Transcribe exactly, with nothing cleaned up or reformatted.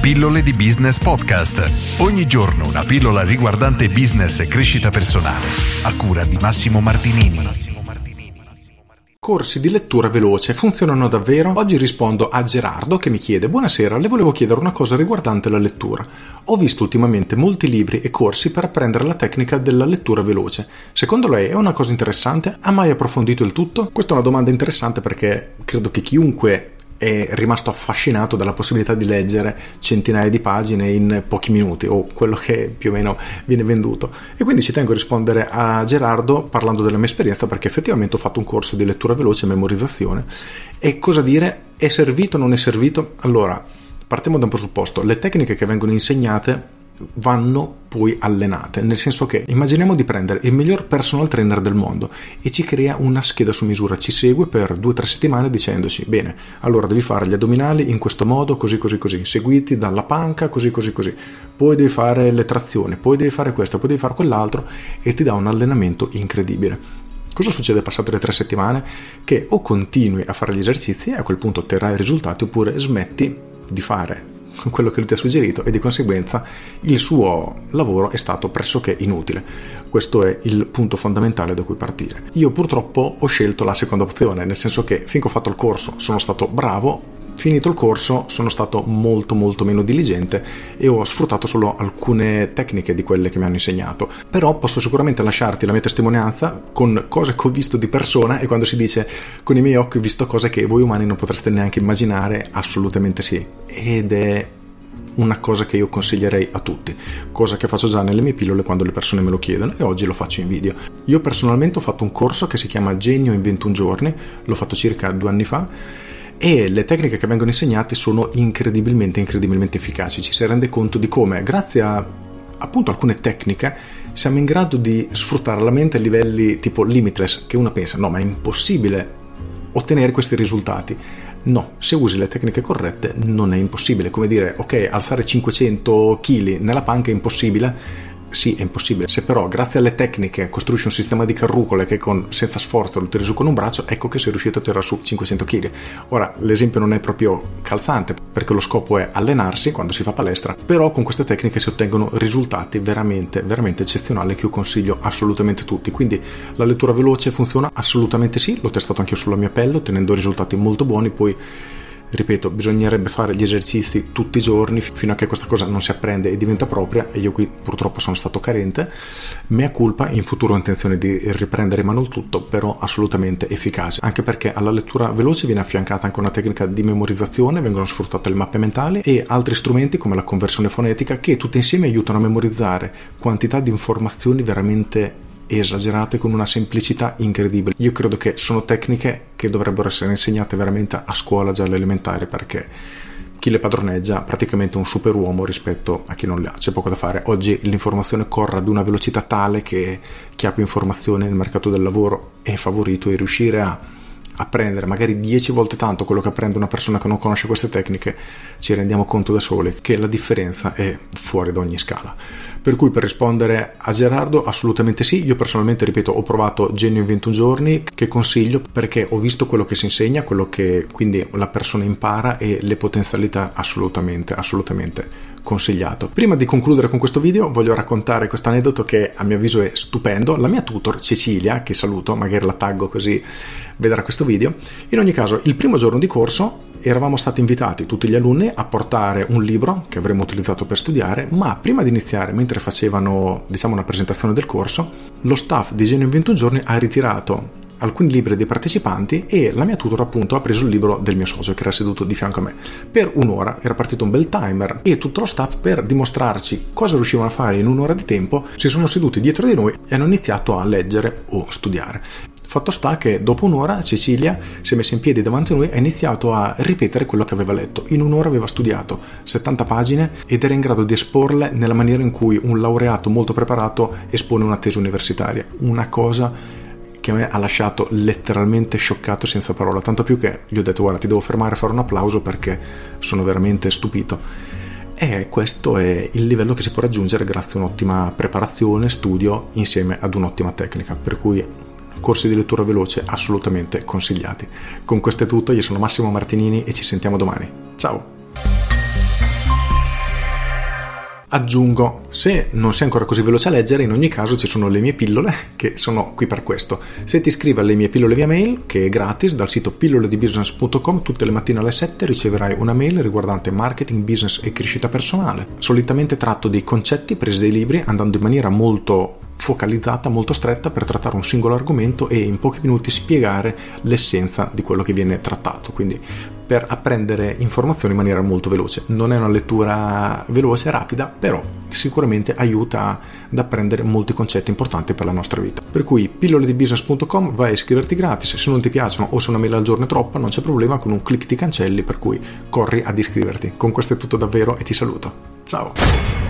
Pillole di Business Podcast. Ogni giorno una pillola riguardante business e crescita personale. A cura di Massimo Martinini. Corsi di lettura veloce funzionano davvero? Oggi rispondo a Gerardo che mi chiede: buonasera, le volevo chiedere una cosa riguardante la lettura. Ho visto ultimamente molti libri e corsi per apprendere la tecnica della lettura veloce. Secondo lei è una cosa interessante? Ha mai approfondito il tutto? Questa è una domanda interessante perché credo che chiunque è rimasto affascinato dalla possibilità di leggere centinaia di pagine in pochi minuti, o quello che più o meno viene venduto. E quindi ci tengo a rispondere a Gerardo parlando della mia esperienza, perché effettivamente ho fatto un corso di lettura veloce e memorizzazione. E cosa dire? È servito o non è servito? Allora, partiamo da un presupposto: le tecniche che vengono insegnate vanno poi allenate, nel senso che immaginiamo di prendere il miglior personal trainer del mondo e ci crea una scheda su misura, ci segue per due o tre settimane dicendoci: bene, allora devi fare gli addominali in questo modo, così così così, seguiti dalla panca, così così così, poi devi fare le trazioni, poi devi fare questo, poi devi fare quell'altro, e ti dà un allenamento incredibile. Cosa succede passate le tre settimane? Che o continui a fare gli esercizi e a quel punto otterrai i risultati, oppure smetti di fare quello che lui ti ha suggerito e di conseguenza il suo lavoro è stato pressoché inutile. Questo è il punto fondamentale da cui partire. Io purtroppo ho scelto la seconda opzione, nel senso che finché ho fatto il corso sono stato bravo, finito il corso sono stato molto molto meno diligente e ho sfruttato solo alcune tecniche di quelle che mi hanno insegnato. Però posso sicuramente lasciarti la mia testimonianza con cose che ho visto di persona, e quando si dice con i miei occhi ho visto cose che voi umani non potreste neanche immaginare, assolutamente sì. Ed è una cosa che io consiglierei a tutti, cosa che faccio già nelle mie pillole quando le persone me lo chiedono, e oggi lo faccio in video. Io personalmente ho fatto un corso che si chiama Genio in ventuno giorni, l'ho fatto circa due anni fa, e le tecniche che vengono insegnate sono incredibilmente incredibilmente efficaci. Ci si rende conto di come, grazie a appunto alcune tecniche, siamo in grado di sfruttare la mente a livelli tipo limitless, che uno pensa: no, ma è impossibile ottenere questi risultati. No, se usi le tecniche corrette non è impossibile. Come dire, ok, alzare cinquecento chili nella panca è impossibile. Sì, è impossibile. Se però grazie alle tecniche costruisci un sistema di carrucole che con senza sforzo lo tiri su con un braccio, ecco che sei riuscito a tirare su cinquecento chili. Ora, l'esempio non è proprio calzante, perché lo scopo è allenarsi quando si fa palestra, però con queste tecniche si ottengono risultati veramente veramente eccezionali che io consiglio assolutamente a tutti. Quindi la lettura veloce funziona? Assolutamente sì, l'ho testato anche io sulla mia pelle ottenendo risultati molto buoni. Poi ripeto, bisognerebbe fare gli esercizi tutti i giorni fino a che questa cosa non si apprende e diventa propria, e io qui purtroppo sono stato carente. Mea culpa, in futuro ho intenzione di riprendere in mano il tutto, però assolutamente efficace, anche perché alla lettura veloce viene affiancata anche una tecnica di memorizzazione, vengono sfruttate le mappe mentali e altri strumenti come la conversione fonetica, che tutti insieme aiutano a memorizzare quantità di informazioni veramente esagerate con una semplicità incredibile. Io credo che sono tecniche che dovrebbero essere insegnate veramente a scuola già all'elementare, perché chi le padroneggia praticamente un superuomo rispetto a chi non le ha. C'è poco da fare. Oggi l'informazione corre ad una velocità tale che chi ha più informazioni nel mercato del lavoro è favorito, e riuscire a apprendere magari dieci volte tanto quello che apprende una persona che non conosce queste tecniche, ci rendiamo conto da soli che la differenza è fuori da ogni scala. Per cui, per rispondere a Gerardo, assolutamente sì. Io personalmente, ripeto, ho provato Genio in ventuno giorni, che consiglio perché ho visto quello che si insegna, quello che quindi la persona impara, e le potenzialità assolutamente assolutamente consigliato. Prima di concludere con questo video voglio raccontare questo aneddoto che a mio avviso è stupendo. La mia tutor Cecilia, che saluto, magari la taggo così vedrà questo video. In ogni caso, il primo giorno di corso eravamo stati invitati tutti gli alunni a portare un libro che avremmo utilizzato per studiare, ma prima di iniziare, mentre facevano diciamo una presentazione del corso, lo staff di Genio in ventuno giorni ha ritirato alcuni libri dei partecipanti, e la mia tutor appunto ha preso il libro del mio socio che era seduto di fianco a me. Per un'ora era partito un bel timer, e tutto lo staff, per dimostrarci cosa riuscivano a fare in un'ora di tempo, si sono seduti dietro di noi e hanno iniziato a leggere o studiare. Fatto sta che dopo un'ora Cecilia si è messa in piedi davanti a noi e ha iniziato a ripetere quello che aveva letto. In un'ora aveva studiato settanta pagine ed era in grado di esporle nella maniera in cui un laureato molto preparato espone una tesi universitaria. Una cosa che a me ha lasciato letteralmente scioccato, senza parola, tanto più che gli ho detto: guarda, ti devo fermare a fare un applauso perché sono veramente stupito. E questo è il livello che si può raggiungere grazie a un'ottima preparazione, studio insieme ad un'ottima tecnica, per cui corsi di lettura veloce assolutamente consigliati. Con questo è tutto, io sono Massimo Martinini e ci sentiamo domani. Ciao! Aggiungo, se non sei ancora così veloce a leggere, in ogni caso ci sono le mie pillole che sono qui per questo. Se ti iscrivi alle mie pillole via mail, che è gratis, dal sito pillole di business punto com, tutte le mattine alle sette riceverai una mail riguardante marketing, business e crescita personale. Solitamente tratto dei concetti presi dai libri, andando in maniera molto focalizzata, molto stretta, per trattare un singolo argomento e in pochi minuti spiegare l'essenza di quello che viene trattato, quindi per apprendere informazioni in maniera molto veloce. Non è una lettura veloce e rapida, però sicuramente aiuta ad apprendere molti concetti importanti per la nostra vita. Per cui pillole di business punto com, vai a iscriverti gratis. Se non ti piacciono o se una mail al giorno è troppa, non c'è problema, con un click ti cancelli, per cui corri ad iscriverti. Con questo è tutto davvero e ti saluto. Ciao!